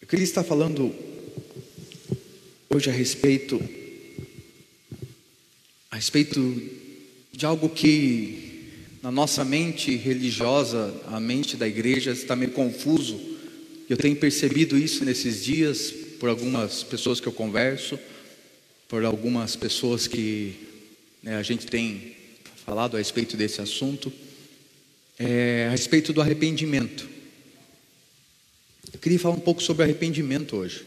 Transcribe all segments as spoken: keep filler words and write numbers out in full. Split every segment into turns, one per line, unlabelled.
Eu queria estar falando hoje a respeito a respeito de algo que na nossa mente religiosa, a mente da igreja está meio confuso. Eu tenho percebido isso nesses dias por algumas pessoas que eu converso, por algumas pessoas que né, a gente tem falado a respeito desse assunto, é, a respeito do arrependimento. Eu queria falar um pouco sobre arrependimento hoje.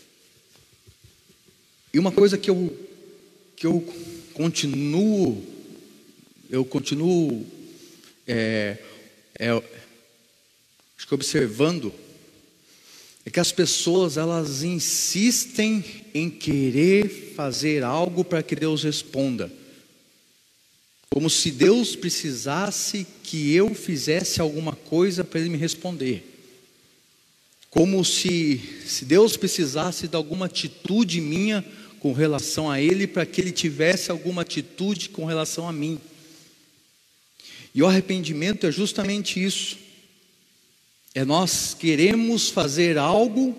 E uma coisa que eu que eu continuo eu continuo é, é, acho que observando é que as pessoas elas insistem em querer fazer algo para que Deus responda, como se Deus precisasse que eu fizesse alguma coisa para Ele me responder, como se, se Deus precisasse de alguma atitude minha com relação a Ele para que Ele tivesse alguma atitude com relação a mim. E o arrependimento é justamente isso. É nós queremos fazer algo,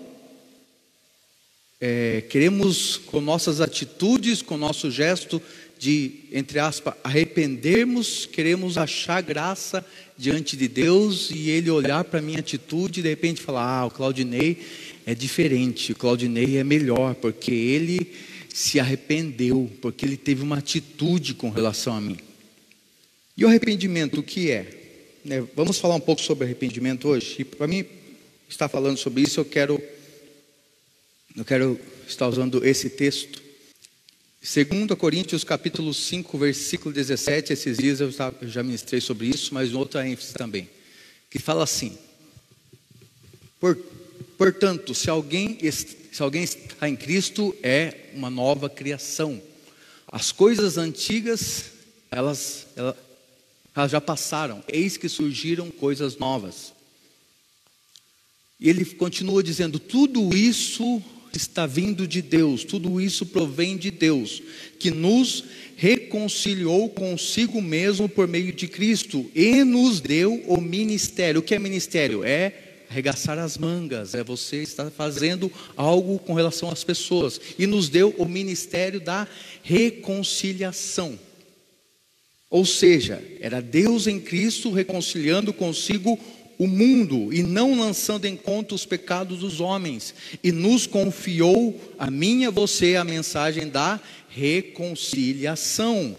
é, queremos com nossas atitudes, com nosso gesto de, entre aspas, arrependermos, queremos achar graça diante de Deus e Ele olhar para a minha atitude e de repente falar: ah, o Claudinei é diferente, o Claudinei é melhor, porque ele se arrependeu, porque ele teve uma atitude com relação a mim. E o arrependimento, o que é? Né, vamos falar um pouco sobre arrependimento hoje. E para mim estar falando sobre isso, eu quero, eu quero estar usando esse texto. Segundo Coríntios capítulo cinco, versículo dezessete, esses dias eu já, eu já ministrei sobre isso, mas outra ênfase também, que fala assim: Por, portanto, se alguém, se alguém está em Cristo, é uma nova criação. As coisas antigas, elas, elas, elas já passaram, eis que surgiram coisas novas. E ele continua dizendo: tudo isso está vindo de Deus, tudo isso provém de Deus, que nos reconciliou consigo mesmo por meio de Cristo e nos deu o ministério. O que é ministério? É arregaçar as mangas, é você estar fazendo algo com relação às pessoas, e nos deu o ministério da reconciliação. Ou seja, era Deus em Cristo reconciliando consigo o mundo e não lançando em conta os pecados dos homens, e nos confiou a mim e a você a mensagem da reconciliação.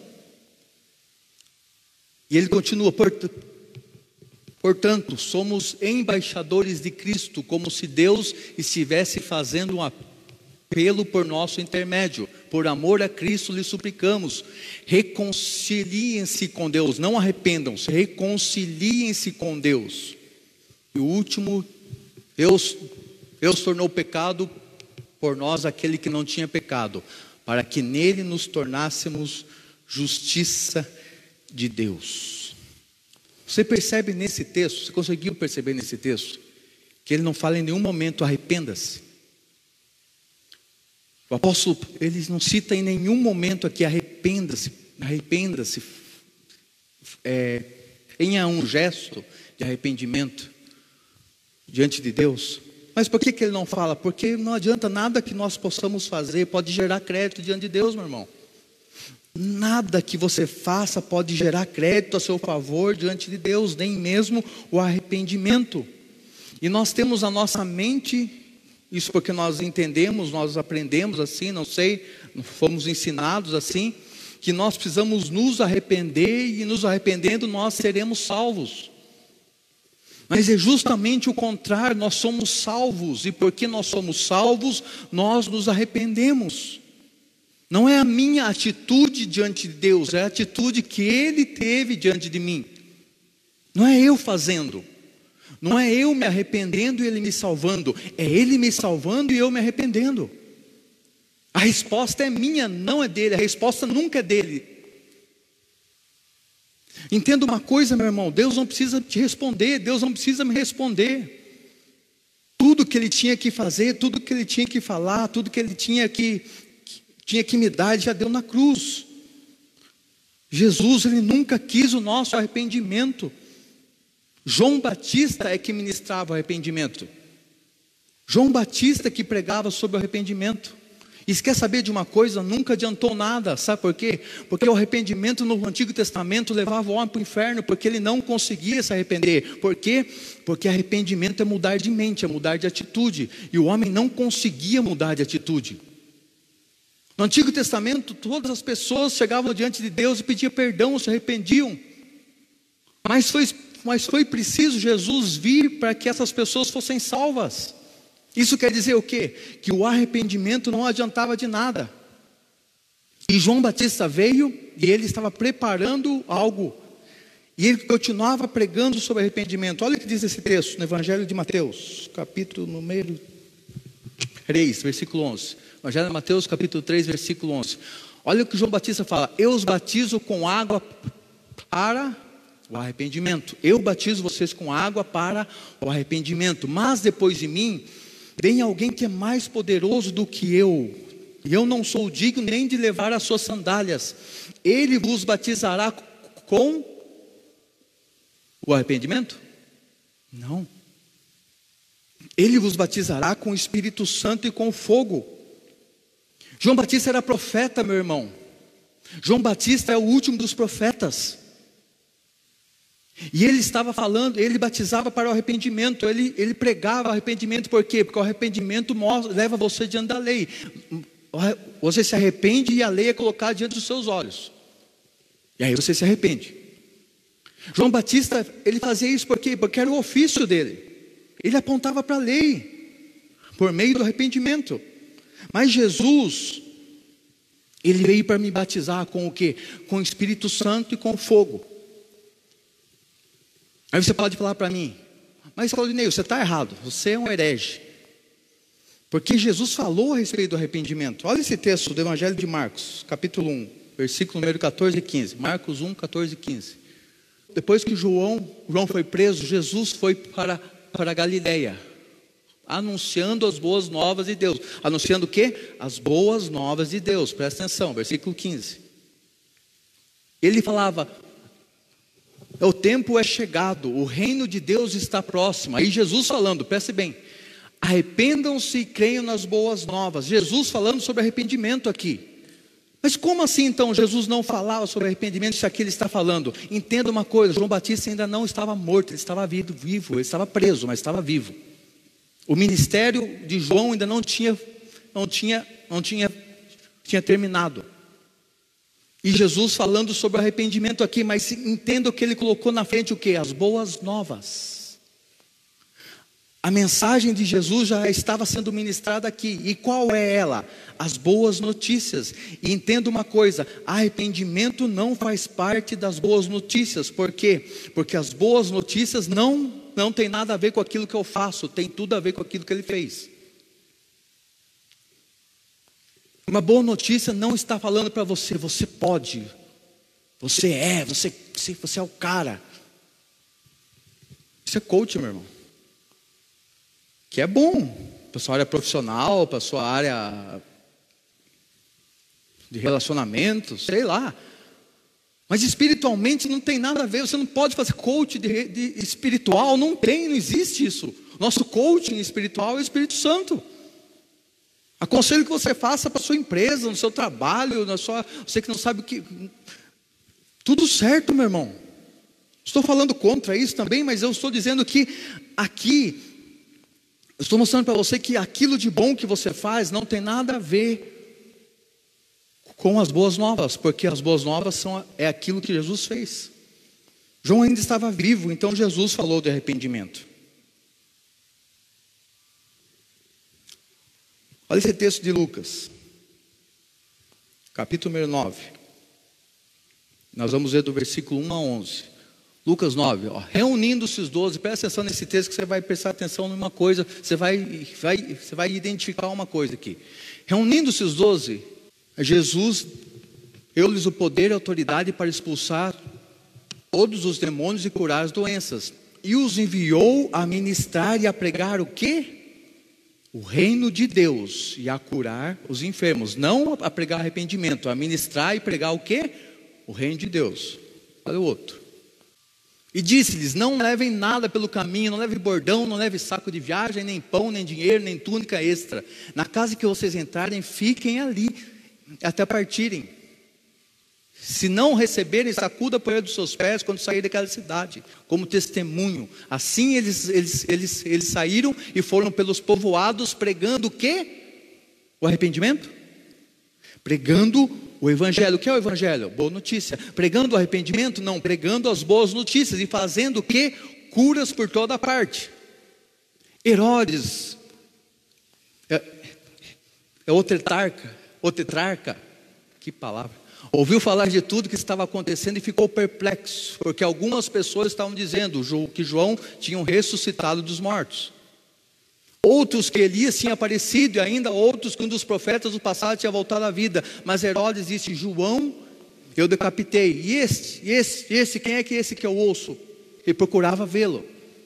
E ele continua: portanto, somos embaixadores de Cristo, como se Deus estivesse fazendo um apelo por nosso intermédio. Por amor a Cristo lhe suplicamos, reconciliem-se com Deus, não arrependam-se, reconciliem-se com Deus. E o último, Deus, Deus tornou pecado por nós aquele que não tinha pecado, para que nele nos tornássemos justiça de Deus. Você percebe nesse texto, você conseguiu perceber nesse texto, que ele não fala em nenhum momento arrependa-se. O apóstolo, ele não cita em nenhum momento aqui arrependa-se, arrependa-se, é, tenha um gesto de arrependimento diante de Deus. Mas por que que ele não fala? Porque não adianta nada que nós possamos fazer pode gerar crédito diante de Deus, meu irmão. Nada que você faça pode gerar crédito a seu favor diante de Deus, nem mesmo o arrependimento. E nós temos a nossa mente, isso porque nós entendemos, nós aprendemos assim, não sei, fomos ensinados assim, que nós precisamos nos arrepender e nos arrependendo nós seremos salvos. Mas é justamente o contrário, nós somos salvos, e porque nós somos salvos, nós nos arrependemos. Não é a minha atitude diante de Deus, é a atitude que Ele teve diante de mim. Não é eu fazendo, não é eu me arrependendo e Ele me salvando, é Ele me salvando e eu me arrependendo. A resposta é minha, não é dele, a resposta nunca é dele. Entenda uma coisa, meu irmão, Deus não precisa te responder, Deus não precisa me responder. Tudo que Ele tinha que fazer, tudo que Ele tinha que falar, tudo que Ele tinha que, tinha que me dar, Ele já deu na cruz. Jesus, Ele nunca quis o nosso arrependimento. João Batista é que ministrava o arrependimento. João Batista que pregava sobre o arrependimento. E se quer saber de uma coisa, nunca adiantou nada, sabe por quê? Porque o arrependimento no Antigo Testamento levava o homem para o inferno, porque ele não conseguia se arrepender. Por quê? Porque arrependimento é mudar de mente, é mudar de atitude, e o homem não conseguia mudar de atitude. No Antigo Testamento, todas as pessoas chegavam diante de Deus e pediam perdão, se arrependiam, mas foi, mas foi preciso Jesus vir para que essas pessoas fossem salvas. Isso quer dizer o quê? Que o arrependimento não adiantava de nada. E João Batista veio e ele estava preparando algo. E ele continuava pregando sobre arrependimento. Olha o que diz esse texto no Evangelho de Mateus, capítulo número três, versículo onze. Evangelho de Mateus, capítulo três, versículo onze. Olha o que João Batista fala: eu os batizo com água para o arrependimento. Eu batizo vocês com água para o arrependimento. Mas depois de mim vem alguém que é mais poderoso do que eu, e eu não sou digno nem de levar as suas sandálias. Ele vos batizará com o arrependimento? Não. Ele vos batizará com o Espírito Santo e com fogo. João Batista era profeta, meu irmão. João Batista é o último dos profetas. E ele estava falando, ele batizava para o arrependimento, ele, ele pregava o arrependimento. Por quê? Porque o arrependimento mostra, leva você diante da lei. Você se arrepende e a lei é colocada diante dos seus olhos. E aí você se arrepende. João Batista, ele fazia isso por quê? Porque era o ofício dele. Ele apontava para a lei, por meio do arrependimento. Mas Jesus, ele veio para me batizar com o quê? Com o Espírito Santo e com fogo. Aí você pode falar para mim: mas Claudinei, você está errado, você é um herege. Porque Jesus falou a respeito do arrependimento. Olha esse texto do Evangelho de Marcos, capítulo um, versículo número catorze e quinze. Marcos um, catorze e quinze. Depois que João, João foi preso, Jesus foi para, para a Galileia, anunciando as boas novas de Deus. Anunciando o quê? As boas novas de Deus. Presta atenção, versículo quinze. Ele falava: o tempo é chegado, o reino de Deus está próximo. Aí Jesus falando, preste bem: arrependam-se e creiam nas boas novas. Jesus falando sobre arrependimento aqui. Mas como assim então Jesus não falava sobre arrependimento se aqui ele está falando? Entenda uma coisa: João Batista ainda não estava morto, ele estava vivo, vivo, ele estava preso, mas estava vivo. O ministério de João ainda não tinha, não tinha, não tinha, tinha terminado. E Jesus falando sobre arrependimento aqui, mas entenda o que ele colocou na frente: o que? As boas novas. A mensagem de Jesus já estava sendo ministrada aqui. E qual é ela? As boas notícias. E entenda uma coisa: arrependimento não faz parte das boas notícias. Por quê? Porque as boas notícias não, não tem nada a ver com aquilo que eu faço, tem tudo a ver com aquilo que ele fez. Uma boa notícia não está falando para você: você pode, você é, você, você, você é o cara. Isso é coach, meu irmão. Que é bom para a sua área profissional, para a sua área de relacionamento, sei lá. Mas espiritualmente não tem nada a ver. Você não pode fazer coach de, de espiritual, não tem, não existe isso. Nosso coaching espiritual é o Espírito Santo. Aconselho que você faça para a sua empresa, no seu trabalho, na sua, você que não sabe o que... Tudo certo, meu irmão. Estou falando contra isso também, mas eu estou dizendo que aqui... Eu estou mostrando para você que aquilo de bom que você faz não tem nada a ver com as boas novas, porque as boas novas são, é aquilo que Jesus fez. João ainda estava vivo, então Jesus falou de arrependimento. Olha esse texto de Lucas, capítulo número nove. Nós vamos ver do versículo um a onze. Lucas nove, ó. Reunindo-se os doze, presta atenção nesse texto que você vai prestar atenção numa coisa, você vai, vai, você vai identificar uma coisa aqui. Reunindo-se os doze, Jesus deu-lhes o poder e a autoridade para expulsar todos os demônios e curar as doenças. E os enviou a ministrar e a pregar o quê? O reino de Deus e a curar os enfermos. Não a pregar arrependimento, a ministrar e pregar o quê? O reino de Deus. Olha o outro. E disse-lhes: não levem nada pelo caminho, não leve bordão, não leve saco de viagem, nem pão, nem dinheiro, nem túnica extra. Na casa que vocês entrarem, fiquem ali até partirem. Se não receberem, sacuda a poeira dos seus pés quando saírem daquela cidade, como testemunho. Assim eles, eles, eles, eles saíram e foram pelos povoados pregando o quê? O arrependimento? Pregando o evangelho. O que é o evangelho? Boa notícia. Pregando o arrependimento? Não, pregando as boas notícias e fazendo o quê? Curas por toda parte. Herodes é, é o tetrarca, o tetrarca, que palavra. Ouviu falar de tudo que estava acontecendo e ficou perplexo, porque algumas pessoas estavam dizendo que João tinha ressuscitado dos mortos. Outros que Elias tinha aparecido, e ainda outros que um dos profetas do passado tinha voltado à vida. Mas Herodes disse: João eu decapitei. E este, e esse, esse, quem é que é esse que eu ouço? Ele procurava vê-lo.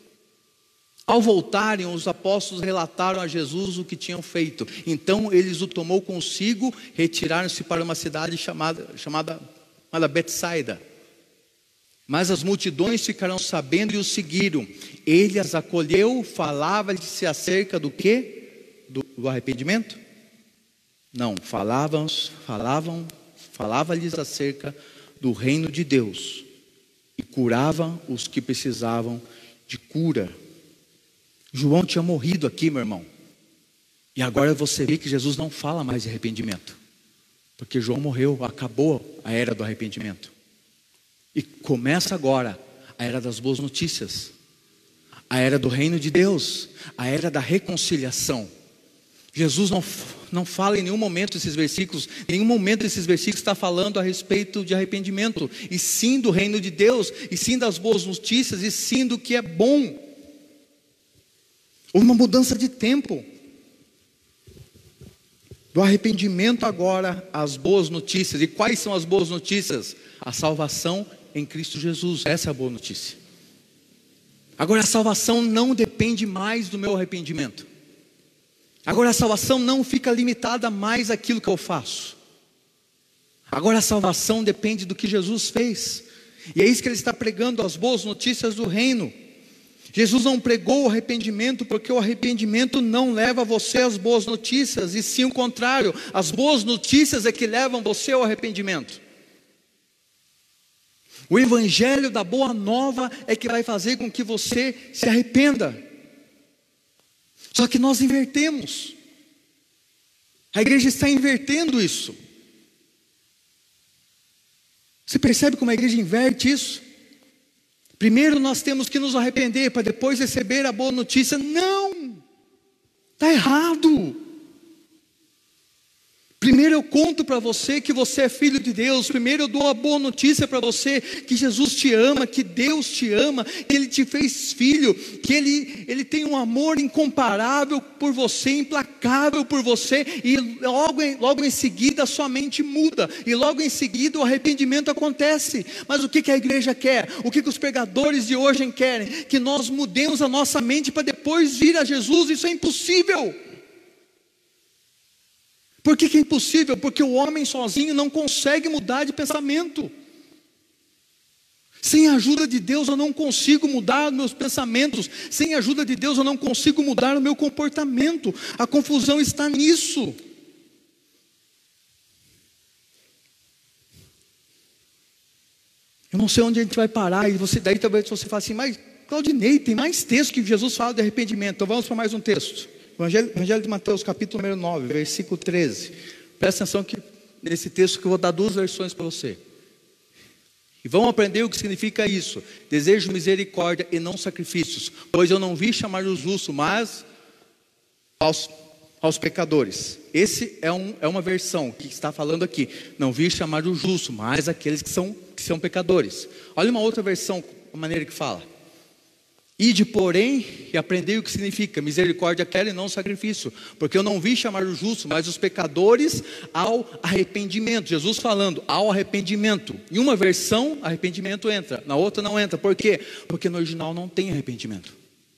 Ao voltarem, os apóstolos relataram a Jesus o que tinham feito. Então eles o tomou consigo, retiraram-se para uma cidade chamada, chamada, chamada Betsaida. Mas as multidões ficaram sabendo e o seguiram. Ele as acolheu, falava-lhes acerca do quê? Do, do arrependimento? Não, falavam, falavam, falava-lhes acerca do reino de Deus. E curava os que precisavam de cura. João tinha morrido aqui, meu irmão. E agora você vê que Jesus não fala mais de arrependimento. Porque João morreu, acabou a era do arrependimento. E começa agora a era das boas notícias. A era do reino de Deus. A era da reconciliação. Jesus não, não fala em nenhum momento esses versículos. Em nenhum momento esses versículos está falando a respeito de arrependimento. E sim do reino de Deus. E sim das boas notícias. E sim do que é bom. Houve uma mudança de tempo. Do arrependimento agora às boas notícias. E quais são as boas notícias? A salvação em Cristo Jesus. Essa é a boa notícia. Agora a salvação não depende mais do meu arrependimento. Agora a salvação não fica limitada mais àquilo que eu faço. Agora a salvação depende do que Jesus fez. E é isso que ele está pregando, as boas notícias do reino. Jesus não pregou o arrependimento porque o arrependimento não leva você às boas notícias, e sim o contrário, as boas notícias é que levam você ao arrependimento. O evangelho da boa nova é que vai fazer com que você se arrependa. Só que nós invertemos. A igreja está invertendo isso. Você percebe como a igreja inverte isso? Primeiro nós temos que nos arrepender para depois receber a boa notícia. Não! Está errado. Primeiro eu conto para você que você é filho de Deus. Primeiro eu dou a boa notícia para você que Jesus te ama, que Deus te ama, que Ele te fez filho, que Ele, Ele tem um amor incomparável por você, implacável por você. E logo em, logo em seguida a sua mente muda. E logo em seguida o arrependimento acontece. Mas o que, que a igreja quer? O que, que os pregadores de hoje querem? Que nós mudemos a nossa mente para depois vir a Jesus. Isso é impossível. Por que que é impossível? Porque o homem sozinho não consegue mudar de pensamento. Sem a ajuda de Deus eu não consigo mudar meus pensamentos. Sem a ajuda de Deus eu não consigo mudar o meu comportamento. A confusão está nisso. Eu não sei onde a gente vai parar. E você, daí talvez você fale assim: mas Claudinei, tem mais texto que Jesus fala de arrependimento. Então vamos para mais um texto. Evangelho, Evangelho de Mateus, capítulo número nove, versículo treze. Presta atenção que nesse texto que eu vou dar duas versões para você. E vão aprender o que significa isso. Desejo misericórdia e não sacrifícios, pois eu não vim chamar os justos, mas aos, aos pecadores. Esse é, um, é uma versão que está falando aqui. Não vim chamar os justos, mas aqueles que são, que são pecadores. Olha uma outra versão, a maneira que fala. Ide, porém, e aprendei o que significa misericórdia quero e não sacrifício, porque eu não vim chamar os justos, mas os pecadores ao arrependimento. Jesus falando ao arrependimento. Em uma versão, arrependimento entra, na outra não entra. Por quê? Porque no original não tem arrependimento.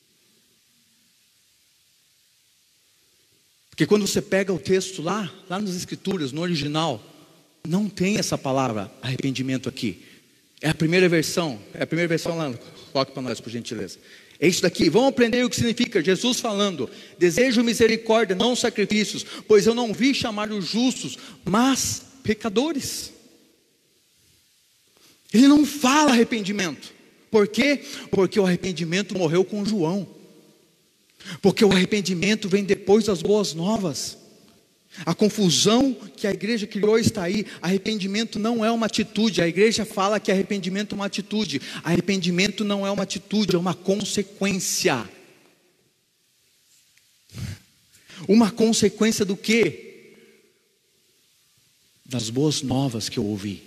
Porque quando você pega o texto lá, lá nas escrituras, no original, não tem essa palavra arrependimento aqui. É a primeira versão, é a primeira versão lá, coloque para nós, por gentileza. É isso daqui, vamos aprender o que significa Jesus falando: desejo misericórdia, não sacrifícios, pois eu não vim chamar os justos, mas pecadores. Ele não fala arrependimento. Por quê? Porque o arrependimento morreu com João. Porque o arrependimento vem depois das boas novas. A confusão que a igreja criou está aí. Arrependimento não é uma atitude. A igreja fala que arrependimento é uma atitude. Arrependimento não é uma atitude, é uma consequência. Uma consequência do quê? Das boas novas que eu ouvi.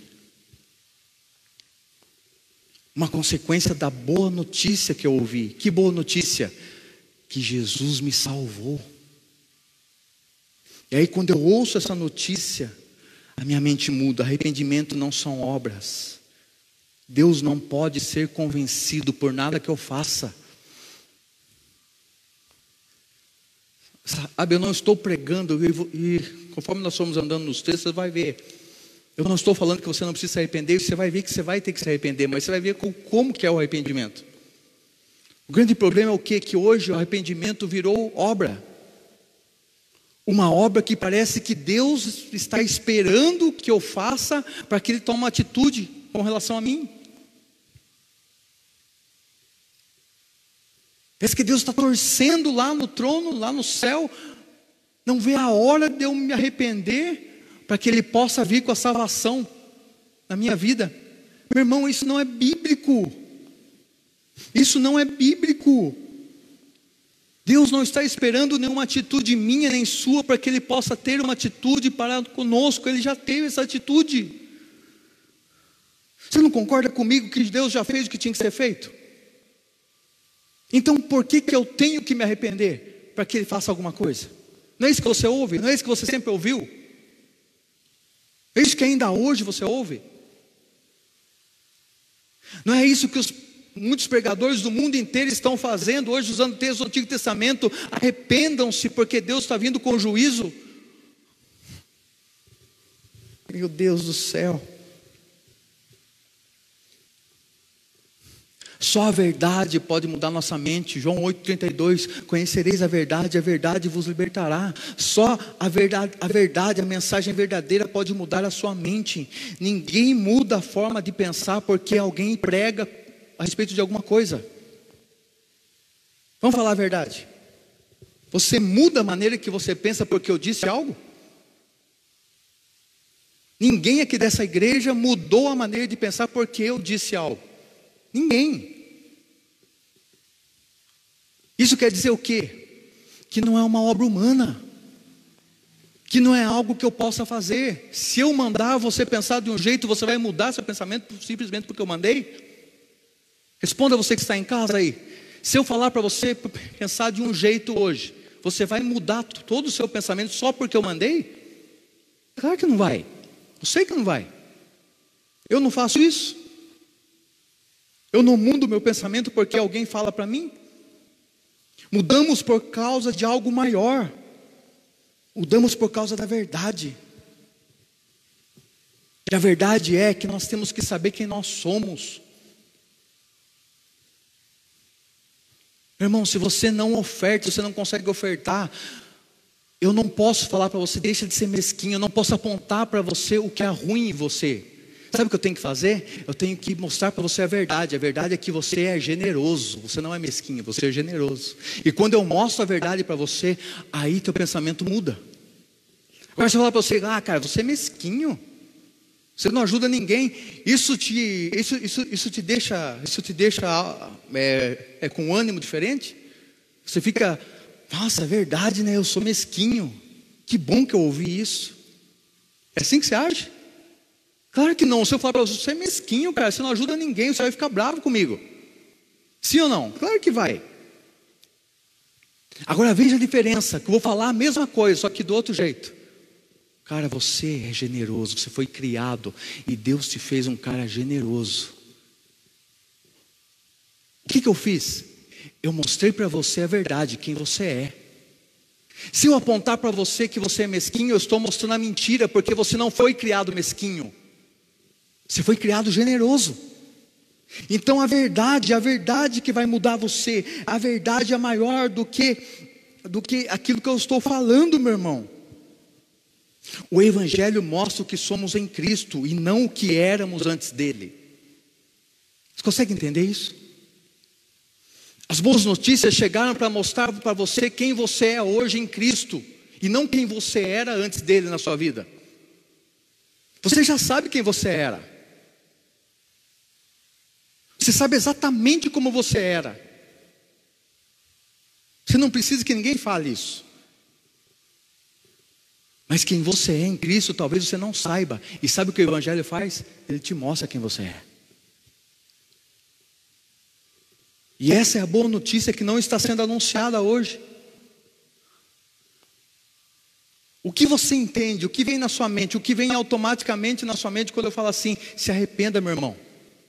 Uma consequência da boa notícia que eu ouvi. Que boa notícia? Que Jesus me salvou. E aí quando eu ouço essa notícia, a minha mente muda. Arrependimento não são obras. Deus não pode ser convencido por nada que eu faça. Sabe, eu não estou pregando, e conforme nós formos andando nos textos, você vai ver. Eu não estou falando que você não precisa se arrepender, você vai ver que você vai ter que se arrepender, mas você vai ver como que é o arrependimento. O grande problema é o quê? Que hoje o arrependimento virou obra. Uma obra que parece que Deus está esperando que eu faça para que Ele tome uma atitude com relação a mim. Parece que Deus está torcendo lá no trono, lá no céu, não vê a hora de eu me arrepender para que Ele possa vir com a salvação na minha vida. Meu irmão, isso não é bíblico. Isso não é bíblico. Deus não está esperando nenhuma atitude minha nem sua para que Ele possa ter uma atitude para conosco. Ele já teve essa atitude. Você não concorda comigo que Deus já fez o que tinha que ser feito? Então por que que eu tenho que me arrepender? Para que Ele faça alguma coisa? Não é isso que você ouve? Não é isso que você sempre ouviu? É isso que ainda hoje você ouve? Não é isso que os muitos pregadores do mundo inteiro estão fazendo hoje, usando textos do Antigo Testamento? Arrependam-se, porque Deus está vindo com juízo. Meu Deus do céu. Só a verdade pode mudar nossa mente. João oito, trinta e dois, conhecereis a verdade, a verdade vos libertará. Só a verdade, a verdade, a mensagem verdadeira pode mudar a sua mente. Ninguém muda a forma de pensar porque alguém prega a respeito de alguma coisa. Vamos falar a verdade. Você muda a maneira que você pensa porque eu disse algo? Ninguém aqui dessa igreja mudou a maneira de pensar porque eu disse algo. Ninguém. Isso quer dizer o quê? Que não é uma obra humana. Que não é algo que eu possa fazer. Se eu mandar você pensar de um jeito, você vai mudar seu pensamento simplesmente porque eu mandei? Responda você que está em casa aí. Se eu falar para você pensar de um jeito hoje, você vai mudar todo o seu pensamento só porque eu mandei? Claro que não vai. Eu sei que não vai. Eu não faço isso. Eu não mudo meu pensamento porque alguém fala para mim. Mudamos por causa de algo maior. Mudamos por causa da verdade. E a verdade é que nós temos que saber quem nós somos. Meu irmão, se você não oferta, você não consegue ofertar, eu não posso falar para você, deixa de ser mesquinho. Eu não posso apontar para você o que é ruim em você. Sabe o que eu tenho que fazer? Eu tenho que mostrar para você a verdade. A verdade é que você é generoso. Você não é mesquinho, você é generoso. E quando eu mostro a verdade para você, aí teu pensamento muda. Agora você fala para você, ah cara, você é mesquinho. Você não ajuda ninguém. Isso te, isso, isso, isso te deixa, isso te deixa é, é, com um ânimo diferente? Você fica, nossa, é verdade, né? Eu sou mesquinho. Que bom que eu ouvi isso. É assim que você age? Claro que não. Se eu falar para você, você é mesquinho, cara, você não ajuda ninguém, você vai ficar bravo comigo. Sim ou não? Claro que vai. Agora veja a diferença, que eu vou falar a mesma coisa, só que do outro jeito. Cara, você é generoso, você foi criado e Deus te fez um cara generoso. O que que eu fiz? Eu mostrei para você a verdade, quem você é. Se eu apontar para você que você é mesquinho, eu estou mostrando a mentira, porque você não foi criado mesquinho. Você foi criado generoso. Então a verdade, a verdade que vai mudar você, a verdade é maior do que, do que aquilo que eu estou falando, meu irmão. O Evangelho mostra o que somos em Cristo e não o que éramos antes dele. Você consegue entender isso? As boas notícias chegaram para mostrar para você quem você é hoje em Cristo e não quem você era antes dele na sua vida. Você já sabe quem você era. Você sabe exatamente como você era. Você não precisa que ninguém fale isso. Mas quem você é em Cristo, talvez você não saiba. E sabe o que o Evangelho faz? Ele te mostra quem você é. E essa é a boa notícia que não está sendo anunciada hoje. O que você entende, o que vem na sua mente, o que vem automaticamente na sua mente quando eu falo assim, se arrependa, meu irmão.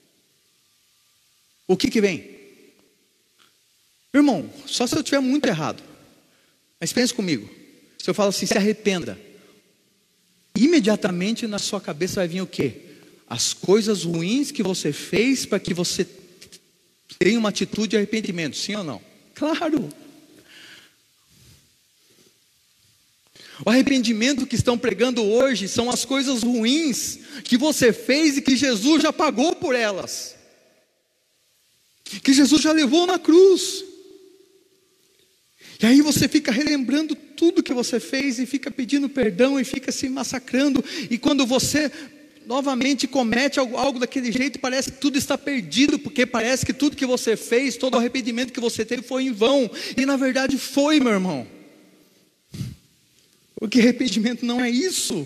O que que vem? Irmão, só se eu estiver muito errado. Mas pense comigo. Se eu falo assim, se arrependa, imediatamente na sua cabeça vai vir o quê? As coisas ruins que você fez para que você tenha uma atitude de arrependimento, sim ou não? Claro. O arrependimento que estão pregando hoje são as coisas ruins que você fez e que Jesus já pagou por elas, que Jesus já levou na cruz. E aí você fica relembrando tudo que você fez e fica pedindo perdão e fica se massacrando. E quando você novamente comete algo, algo daquele jeito, parece que tudo está perdido, porque parece que tudo que você fez, todo o arrependimento que você teve foi em vão. E na verdade foi, meu irmão. Porque arrependimento não é isso.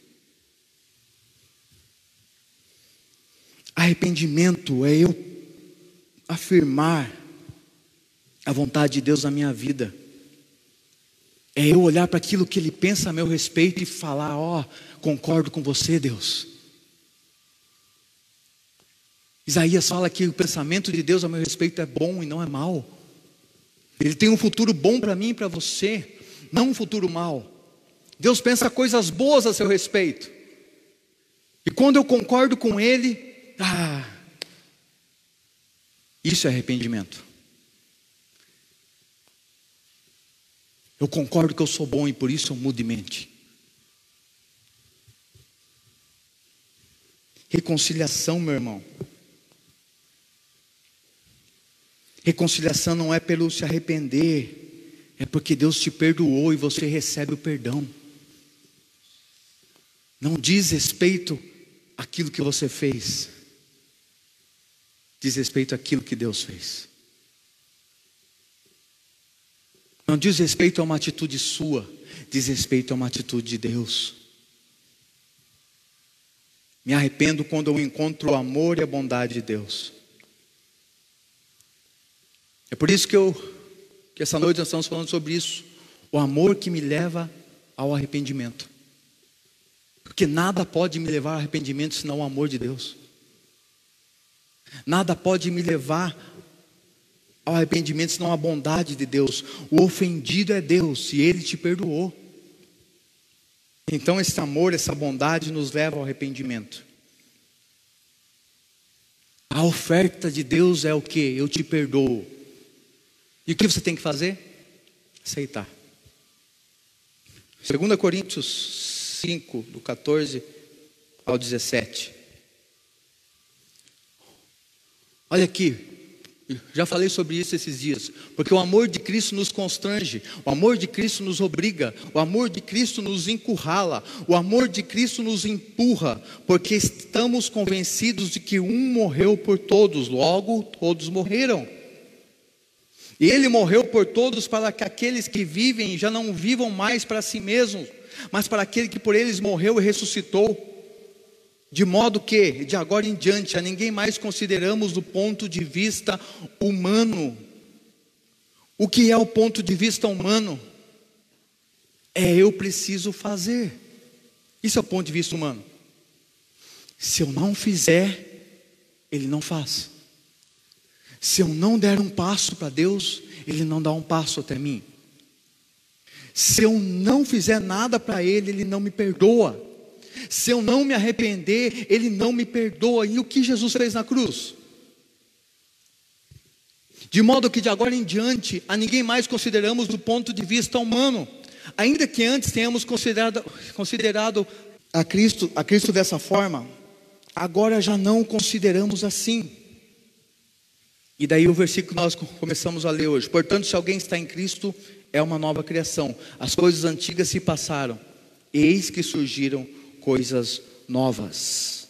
Arrependimento é eu afirmar a vontade de Deus na minha vida. É eu olhar para aquilo que Ele pensa a meu respeito e falar, ó, oh, concordo com você, Deus. Isaías fala que o pensamento de Deus a meu respeito é bom e não é mau. Ele tem um futuro bom para mim e para você, não um futuro mau. Deus pensa coisas boas a seu respeito. E quando eu concordo com Ele, ah, isso é arrependimento. Eu concordo que eu sou bom e por isso eu mudo de mente. Reconciliação, meu irmão. Reconciliação não é pelo se arrepender, é porque Deus te perdoou e você recebe o perdão. Não diz respeito àquilo que você fez, diz respeito àquilo que Deus fez. Não diz respeito a uma atitude sua, diz respeito a uma atitude de Deus. Me arrependo quando eu encontro o amor e a bondade de Deus. É por isso que eu, que essa noite nós estamos falando sobre isso. O amor que me leva ao arrependimento. Porque nada pode me levar ao arrependimento senão o amor de Deus. Nada pode me levar ao arrependimento senão a bondade de Deus. O ofendido é Deus e Ele te perdoou. Então esse amor, essa bondade nos leva ao arrependimento. A oferta de Deus é o que? Eu te perdoo. E o que você tem que fazer? Aceitar. dois Coríntios cinco, do quatorze ao dezessete. Olha aqui, já falei sobre isso esses dias. Porque o amor de Cristo nos constrange, o amor de Cristo nos obriga, o amor de Cristo nos encurrala, o amor de Cristo nos empurra, porque estamos convencidos de que um morreu por todos, logo todos morreram. E Ele morreu por todos para que aqueles que vivem já não vivam mais para si mesmos, mas para aquele que por eles morreu e ressuscitou. De modo que, de agora em diante, a ninguém mais consideramos do ponto de vista humano. O que é o ponto de vista humano? É eu preciso fazer. Isso é o ponto de vista humano. Se eu não fizer, Ele não faz. Se eu não der um passo para Deus, Ele não dá um passo até mim. Se eu não fizer nada para Ele, Ele não me perdoa. Se eu não me arrepender, Ele não me perdoa. E o que Jesus fez na cruz? De modo que de agora em diante a ninguém mais consideramos do ponto de vista humano, ainda que antes tenhamos considerado, considerado a Cristo, a Cristo dessa forma, agora já não o consideramos assim. E daí o versículo que nós começamos a ler hoje: portanto, se alguém está em Cristo, é uma nova criação, as coisas antigas se passaram, eis que surgiram coisas novas.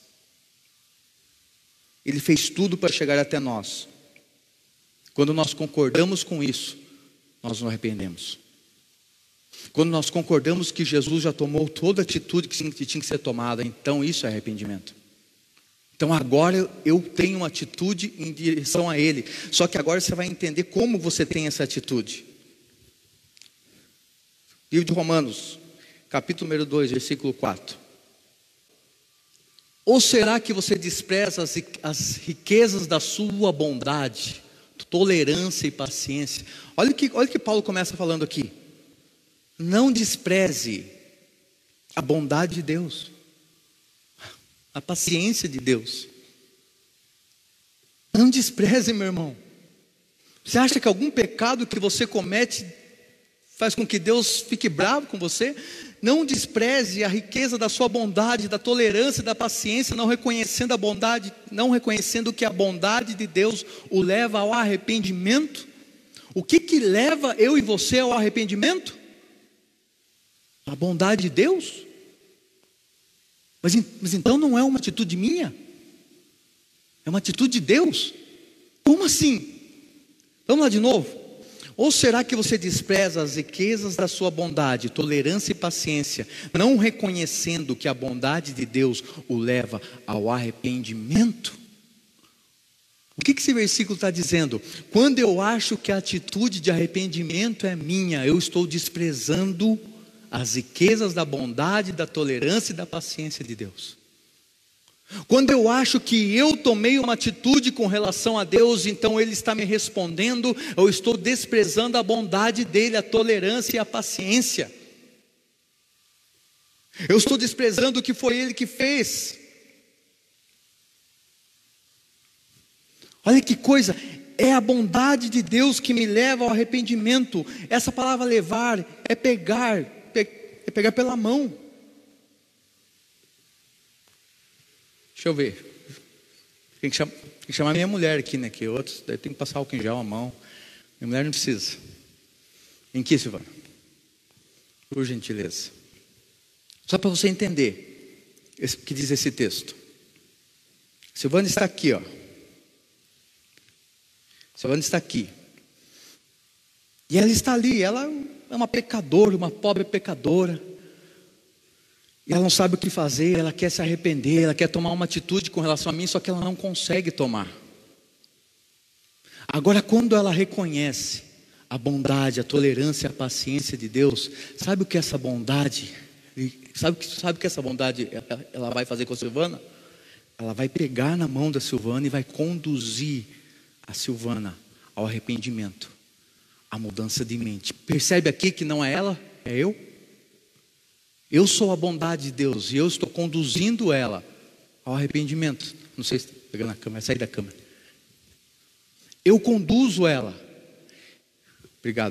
Ele fez tudo para chegar até nós. Quando nós concordamos com isso, nós nos arrependemos. Quando nós concordamos que Jesus já tomou toda a atitude que tinha que ser tomada, então isso é arrependimento. Então agora eu tenho uma atitude em direção a Ele. Só que agora você vai entender como você tem essa atitude. Livro de Romanos, capítulo número dois, versículo quatro. Ou será que você despreza as, as riquezas da sua bondade, tolerância e paciência? Olha o que, olha o que Paulo começa falando aqui. Não despreze a bondade de Deus, a paciência de Deus. Não despreze, meu irmão. Você acha que algum pecado que você comete faz com que Deus fique bravo com você? Não despreze a riqueza da sua bondade, da tolerância e da paciência, não reconhecendo a bondade, não reconhecendo que a bondade de Deus o leva ao arrependimento. O que que leva eu e você ao arrependimento? A bondade de Deus. Mas, mas então não é uma atitude minha? É uma atitude de Deus? Como assim? Vamos lá de novo. Ou será que você despreza as riquezas da sua bondade, tolerância e paciência, não reconhecendo que a bondade de Deus o leva ao arrependimento? O que que esse versículo está dizendo? Quando eu acho que a atitude de arrependimento é minha, eu estou desprezando as riquezas da bondade, da tolerância e da paciência de Deus. Quando eu acho que eu tomei uma atitude com relação a Deus, então Ele está me respondendo, eu estou desprezando a bondade dEle, a tolerância e a paciência. Eu estou desprezando o que foi Ele que fez. Olha que coisa, é a bondade de Deus que me leva ao arrependimento. Essa palavra levar é pegar, é pegar pela mão. Deixa eu ver. Tem que, chamar, tem que chamar minha mulher aqui, né? Que outros, daí tem que passar álcool em gel, a mão. Minha mulher não precisa. Em que, Silvana? Por gentileza. Só para você entender o que diz esse texto. Silvana está aqui, ó. Silvana está aqui. E ela está ali, ela é uma pecadora, uma pobre pecadora. E ela não sabe o que fazer, ela quer se arrepender, ela quer tomar uma atitude com relação a mim, só que ela não consegue tomar. Agora, quando ela reconhece a bondade, a tolerância, a paciência de Deus, sabe o que essa bondade, sabe, sabe o que essa bondade ela vai fazer com a Silvana? Ela vai pegar na mão da Silvana e vai conduzir a Silvana ao arrependimento, à mudança de mente. Percebe aqui que não é ela, é eu? Eu sou a bondade de Deus e eu estou conduzindo ela ao arrependimento. Não sei se está pegando a câmera, sai da câmera. Eu conduzo ela. Obrigado.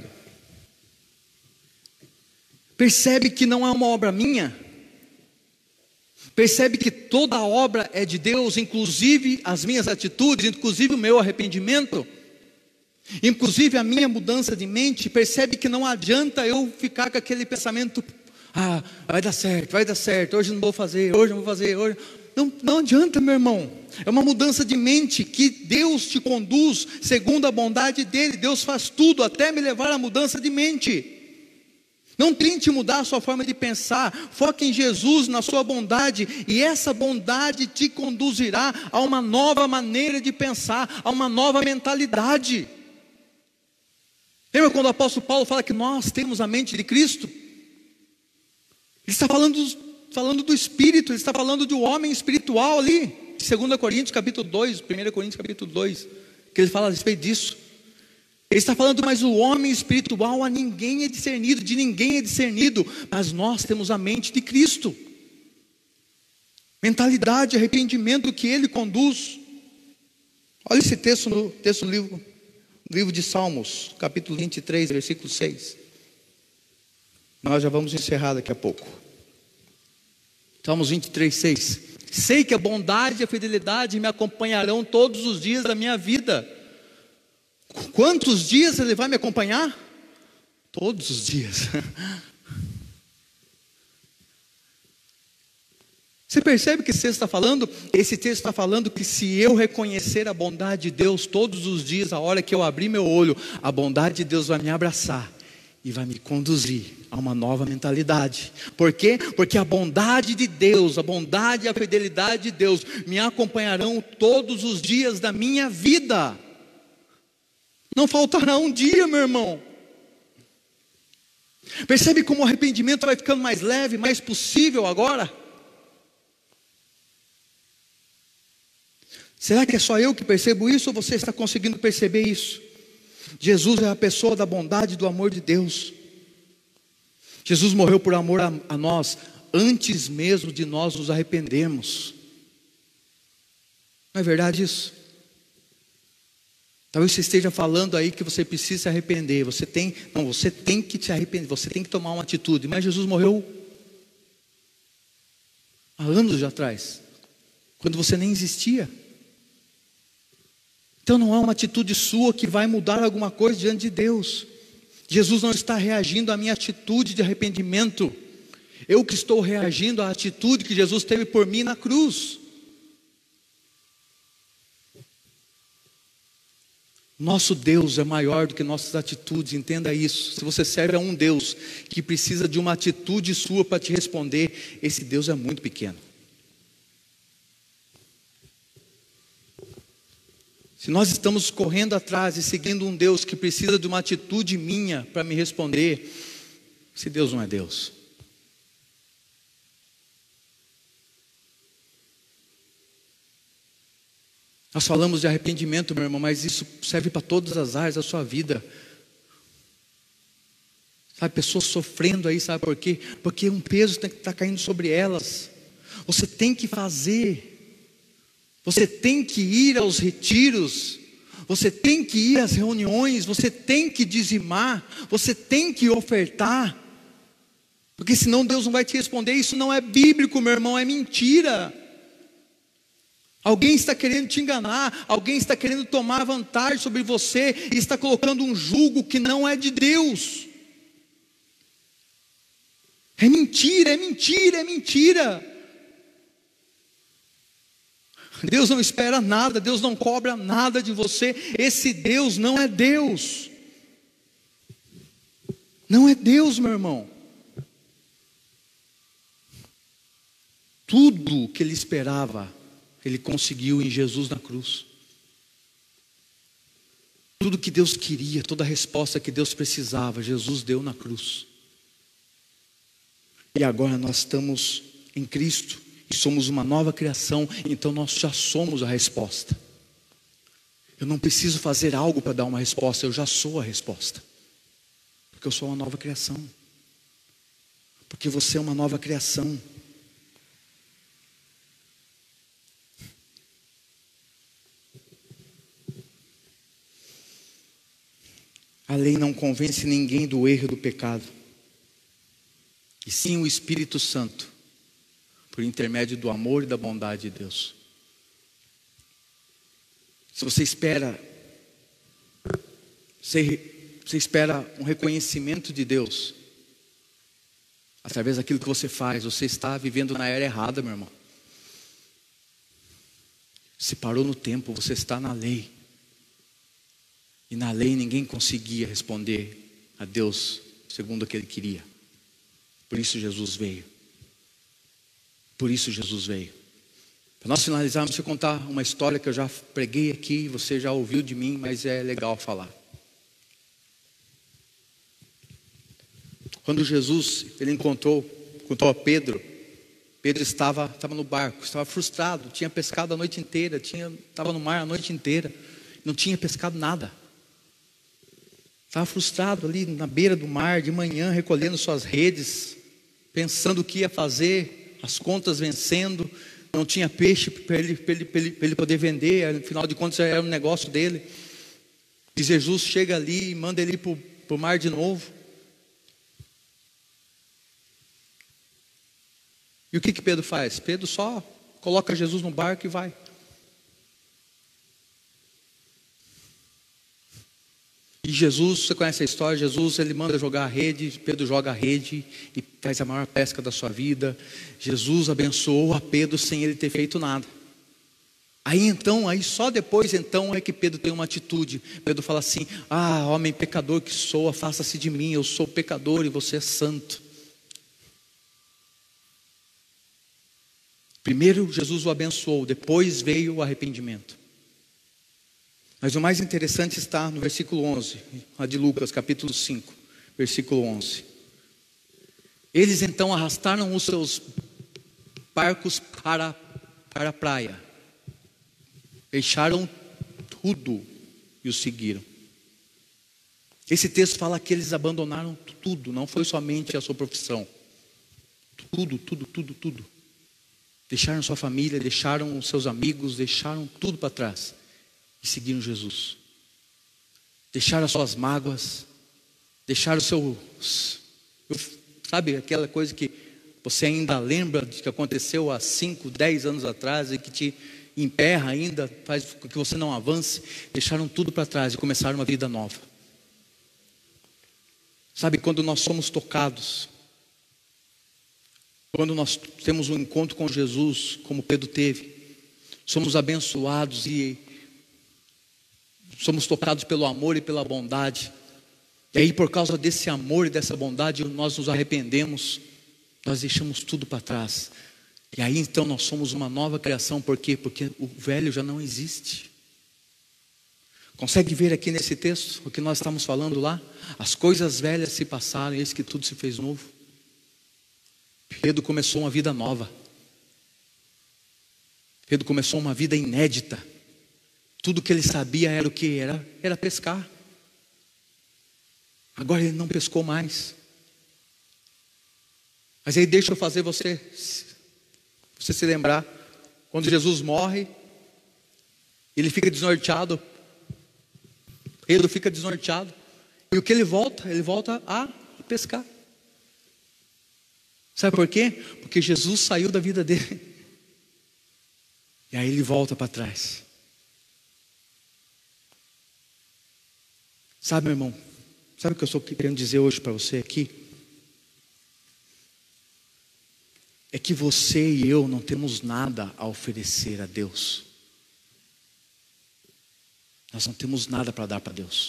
Percebe que não é uma obra minha? Percebe que toda a obra é de Deus, inclusive as minhas atitudes, inclusive o meu arrependimento, inclusive a minha mudança de mente? Percebe que não adianta eu ficar com aquele pensamento: ah, vai dar certo, vai dar certo, hoje não vou fazer, hoje não vou fazer, hoje... Não, não adianta, meu irmão. É uma mudança de mente que Deus te conduz segundo a bondade dEle. Deus faz tudo até me levar à mudança de mente. Não tente mudar a sua forma de pensar. Foque em Jesus, na sua bondade, e essa bondade te conduzirá a uma nova maneira de pensar, a uma nova mentalidade. Lembra quando o apóstolo Paulo fala que nós temos a mente de Cristo? Ele está falando, falando do Espírito, ele está falando do homem espiritual ali, de dois Coríntios capítulo dois, primeira Coríntios capítulo dois, que ele fala a respeito disso. Ele está falando, mas o homem espiritual a ninguém é discernido, de ninguém é discernido, mas nós temos a mente de Cristo. Mentalidade, arrependimento que Ele conduz. Olha esse texto no, texto no livro, Livro de Salmos, capítulo vinte e três, versículo seis. Nós já vamos encerrar daqui a pouco. Salmos vinte e três, seis. Sei que a bondade e a fidelidade me acompanharão todos os dias da minha vida. Quantos dias Ele vai me acompanhar? Todos os dias. Você percebe que esse texto está falando? Esse texto está falando que se eu reconhecer a bondade de Deus todos os dias, a hora que eu abrir meu olho, a bondade de Deus vai me abraçar e vai me conduzir a uma nova mentalidade. Por quê? Porque a bondade de Deus, a bondade e a fidelidade de Deus me acompanharão todos os dias da minha vida. Não faltará um dia, meu irmão. Percebe como o arrependimento vai ficando mais leve, mais possível agora? Será que é só eu que percebo isso ou você está conseguindo perceber isso? Jesus é a pessoa da bondade e do amor de Deus. Jesus morreu por amor a, a nós, antes mesmo de nós nos arrependermos. Não é verdade isso? Talvez você esteja falando aí que você precisa se arrepender. Você tem, não, você tem que se arrepender, você tem que tomar uma atitude. Mas Jesus morreu há anos atrás, quando você nem existia. Então não há uma atitude sua que vai mudar alguma coisa diante de Deus. Jesus não está reagindo à minha atitude de arrependimento. Eu que estou reagindo à atitude que Jesus teve por mim na cruz. Nosso Deus é maior do que nossas atitudes, entenda isso. Se você serve a um Deus que precisa de uma atitude sua para te responder, esse Deus é muito pequeno. Se nós estamos correndo atrás e seguindo um Deus que precisa de uma atitude minha para me responder, esse Deus não é Deus. Nós falamos de arrependimento, meu irmão, mas isso serve para todas as áreas da sua vida. Sabe, pessoas sofrendo aí, sabe por quê? Porque um peso está caindo sobre elas. Você tem que fazer. Você tem que ir aos retiros, você tem que ir às reuniões, você tem que dizimar, você tem que ofertar, porque senão Deus não vai te responder. Isso não é bíblico, meu irmão, é mentira. Alguém está querendo te enganar, alguém está querendo tomar vantagem sobre você e está colocando um jugo que não é de Deus. É mentira, é mentira, é mentira. Deus não espera nada, Deus não cobra nada de você. Esse Deus não é Deus. Não é Deus, meu irmão. Tudo que ele esperava, ele conseguiu em Jesus na cruz. Tudo que Deus queria, toda a resposta que Deus precisava, Jesus deu na cruz. E agora nós estamos em Cristo e somos uma nova criação, então nós já somos a resposta. Eu não preciso fazer algo para dar uma resposta, eu já sou a resposta. Porque eu sou uma nova criação. Porque você é uma nova criação. A lei não convence ninguém do erro e do pecado, e sim o Espírito Santo, por intermédio do amor e da bondade de Deus. Se você espera, você, você espera um reconhecimento de Deus, através daquilo que você faz, você está vivendo na era errada, meu irmão. Se parou no tempo, você está na lei. E na lei ninguém conseguia responder a Deus segundo o que ele queria. Por isso Jesus veio. Por isso Jesus veio. Para nós finalizarmos, deixa eu contar uma história que eu já preguei aqui, você já ouviu de mim, mas é legal falar. Quando Jesus, ele encontrou, encontrou a Pedro, Pedro estava, estava no barco, estava frustrado, tinha pescado a noite inteira, tinha, estava no mar a noite inteira, não tinha pescado nada. Estava frustrado ali na beira do mar, de manhã, recolhendo suas redes, pensando o que ia fazer, as contas vencendo, não tinha peixe para ele, para ele, para ele, para ele poder vender, afinal de contas era um negócio dele. E Jesus chega ali e manda ele ir para o mar de novo. E o que que Pedro faz? Pedro só coloca Jesus no barco e vai. E Jesus, você conhece a história, Jesus ele manda jogar a rede, Pedro joga a rede e faz a maior pesca da sua vida. Jesus abençoou a Pedro sem ele ter feito nada. Aí então, aí só depois então é que Pedro tem uma atitude. Pedro fala assim: ah, homem pecador que sou, afasta-se de mim, eu sou pecador e você é santo. Primeiro Jesus o abençoou, depois veio o arrependimento. Mas o mais interessante está no versículo onze, a de Lucas, capítulo cinco, versículo onze. Eles então arrastaram os seus barcos para, para a praia, deixaram tudo e o seguiram. Esse texto fala que eles abandonaram tudo, não foi somente a sua profissão. Tudo, tudo, tudo, tudo. Deixaram sua família, deixaram os seus amigos, deixaram tudo para trás. E seguiram Jesus. Deixaram as suas mágoas, deixaram o seu, sabe, aquela coisa que você ainda lembra de que aconteceu há cinco, dez anos atrás e que te emperra ainda, faz com que você não avance. Deixaram tudo para trás e começaram uma vida nova. Sabe, quando nós somos tocados, quando nós temos um encontro com Jesus, como Pedro teve, somos abençoados e somos tocados pelo amor e pela bondade. E aí por causa desse amor e dessa bondade nós nos arrependemos, nós deixamos tudo para trás. E aí então nós somos uma nova criação. Por quê? Porque o velho já não existe. Consegue ver aqui nesse texto o que nós estamos falando lá? As coisas velhas se passaram, eis que tudo se fez novo. Pedro começou uma vida nova. Pedro começou uma vida inédita. Tudo que ele sabia era o que? Era, era pescar. Agora ele não pescou mais. Mas aí deixa eu fazer você, você se lembrar. Quando Jesus morre, ele fica desnorteado. Pedro fica desnorteado. E o que ele volta? Ele volta a pescar. Sabe por quê? Porque Jesus saiu da vida dele. E aí ele volta para trás. Sabe, meu irmão, sabe o que eu estou querendo dizer hoje para você aqui? É que você e eu não temos nada a oferecer a Deus. Nós não temos nada para dar para Deus.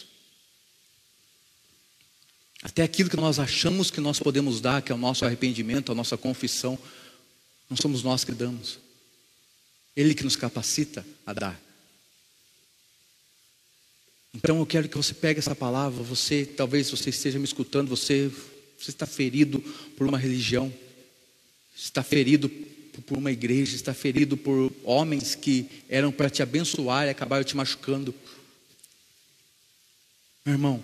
Até aquilo que nós achamos que nós podemos dar, que é o nosso arrependimento, a nossa confissão, não somos nós que damos. Ele que nos capacita a dar. Então eu quero que você pegue essa palavra. Você, talvez você esteja me escutando, você, você está ferido por uma religião, está ferido por uma igreja, está ferido por homens que eram para te abençoar e acabaram te machucando. Meu irmão,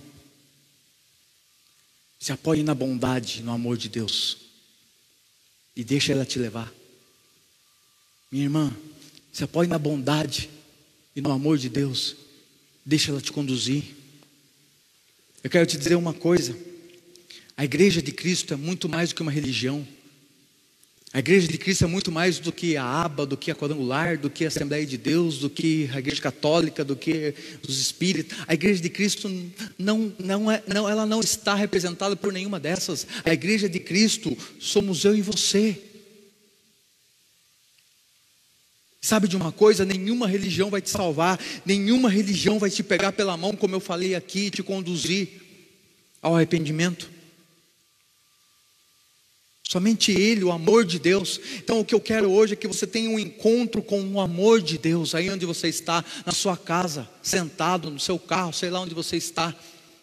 se apoie na bondade, no amor de Deus e deixa ela te levar. Minha irmã, se apoie na bondade e no amor de Deus, deixa ela te conduzir. Eu quero te dizer uma coisa: a igreja de Cristo é muito mais do que uma religião. A igreja de Cristo é muito mais do que a aba, do que a quadrangular, do que a Assembleia de Deus, do que a igreja católica, do que os espíritos. A igreja de Cristo não, não é, não, ela não está representada por nenhuma dessas. A igreja de Cristo somos eu e você. Sabe de uma coisa? Nenhuma religião vai te salvar, nenhuma religião vai te pegar pela mão, como eu falei aqui, e te conduzir ao arrependimento. Somente Ele, o amor de Deus. Então o que eu quero hoje é que você tenha um encontro com o amor de Deus, aí onde você está, na sua casa, sentado, no seu carro, sei lá onde você está.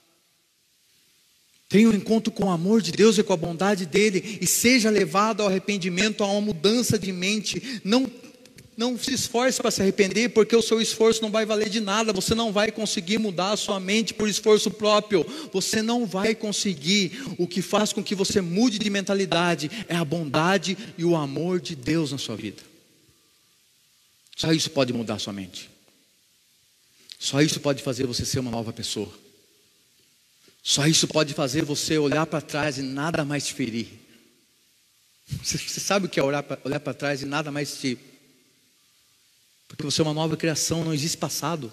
Tenha um encontro com o amor de Deus e com a bondade dEle, e seja levado ao arrependimento, a uma mudança de mente. Não Não se esforce para se arrepender, porque o seu esforço não vai valer de nada. Você não vai conseguir mudar a sua mente por esforço próprio. Você não vai conseguir. O que faz com que você mude de mentalidade é a bondade e o amor de Deus na sua vida. Só isso pode mudar a sua mente. Só isso pode fazer você ser uma nova pessoa. Só isso pode fazer você olhar para trás e nada mais te ferir. Você, você sabe o que é olhar para olhar para trás e nada mais te... Porque você é uma nova criação, não existe passado.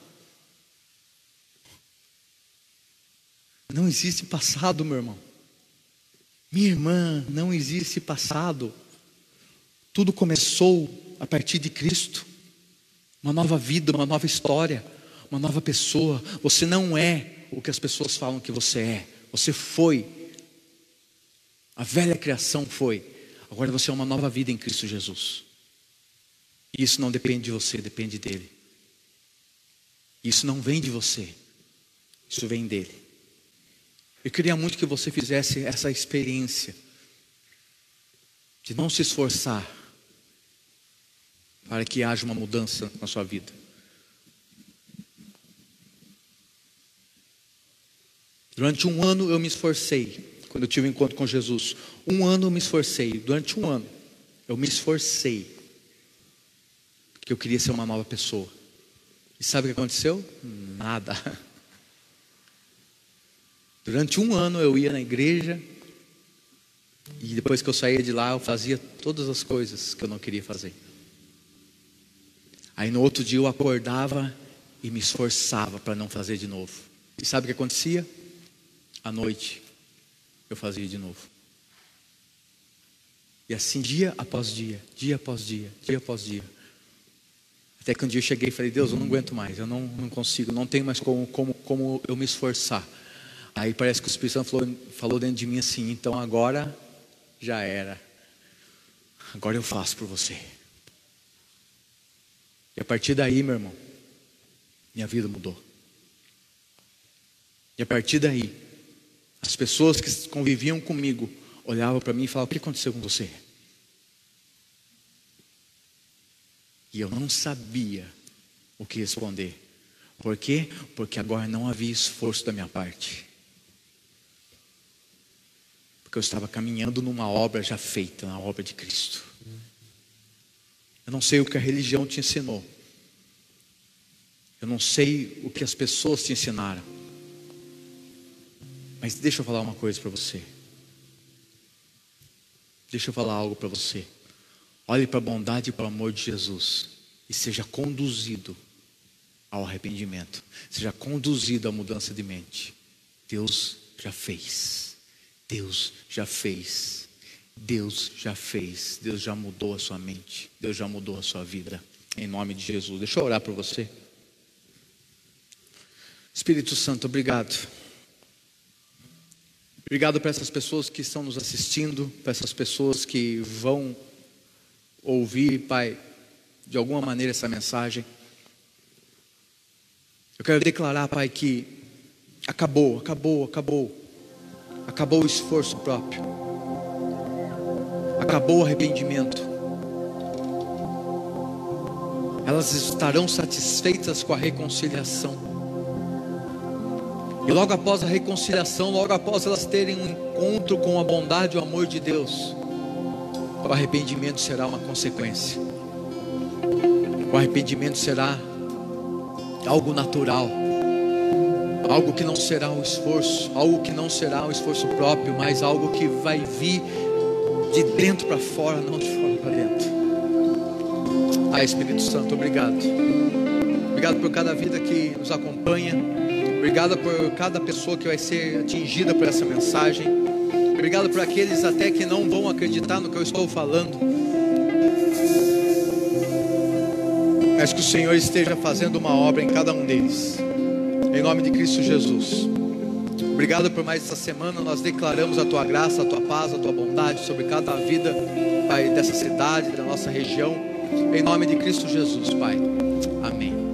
Não existe passado, meu irmão. Minha irmã, não existe passado. Tudo começou a partir de Cristo. Uma nova vida, uma nova história, uma nova pessoa. Você não é o que as pessoas falam que você é. Você foi. A velha criação foi. Agora você é uma nova vida em Cristo Jesus. E isso não depende de você, depende dele. Isso não vem de você. Isso vem dele. Eu queria muito que você fizesse essa experiência de não se esforçar para que haja uma mudança na sua vida. Durante um ano eu me esforcei, quando eu tive um encontro com Jesus. Um ano eu me esforcei, durante um ano eu me esforcei, porque eu queria ser uma nova pessoa. E sabe o que aconteceu? Nada. Durante um ano eu ia na igreja, e depois que eu saía de lá eu fazia todas as coisas que eu não queria fazer. Aí no outro dia eu acordava e me esforçava para não fazer de novo. E sabe o que acontecia? À noite eu fazia de novo. E assim dia após dia, dia após dia, dia após dia. Até que um dia eu cheguei e falei: Deus, eu não aguento mais, eu não, não consigo, não tenho mais como, como, como eu me esforçar. Aí parece que o Espírito Santo falou, falou dentro de mim assim: então agora já era. Agora eu faço por você. E a partir daí, meu irmão, minha vida mudou. E a partir daí, as pessoas que conviviam comigo olhavam para mim e falavam: o que aconteceu com você? E eu não sabia o que responder. Por quê? Porque agora não havia esforço da minha parte. Porque eu estava caminhando numa obra já feita, na obra de Cristo. Eu não sei o que a religião te ensinou. Eu não sei o que as pessoas te ensinaram. Mas deixa eu falar uma coisa para você. Deixa eu falar algo para você. Olhe para a bondade e para o amor de Jesus e seja conduzido ao arrependimento. Seja conduzido à mudança de mente. Deus já fez. Deus já fez. Deus já fez. Deus já mudou a sua mente. Deus já mudou a sua vida. Em nome de Jesus. Deixa eu orar por você. Espírito Santo, obrigado. Obrigado para essas pessoas que estão nos assistindo, para essas pessoas que vão ouvir, Pai, de alguma maneira essa mensagem. Eu quero declarar, Pai, que acabou, acabou, acabou. Acabou o esforço próprio. Acabou o arrependimento. Elas estarão satisfeitas com a reconciliação. E logo após a reconciliação, logo após elas terem um encontro com a bondade e o amor de Deus, o arrependimento será uma consequência. O arrependimento será algo natural, algo que não será um esforço, algo que não será um esforço próprio, mas algo que vai vir de dentro para fora, não de fora para dentro. Ah, Espírito Santo, obrigado. Obrigado por cada vida que nos acompanha. Obrigado por cada pessoa que vai ser atingida por essa mensagem. Obrigado por aqueles até que não vão acreditar no que eu estou falando. Mas que o Senhor esteja fazendo uma obra em cada um deles. Em nome de Cristo Jesus. Obrigado por mais essa semana. Nós declaramos a Tua graça, a Tua paz, a Tua bondade sobre cada vida, Pai, dessa cidade, da nossa região. Em nome de Cristo Jesus, Pai. Amém.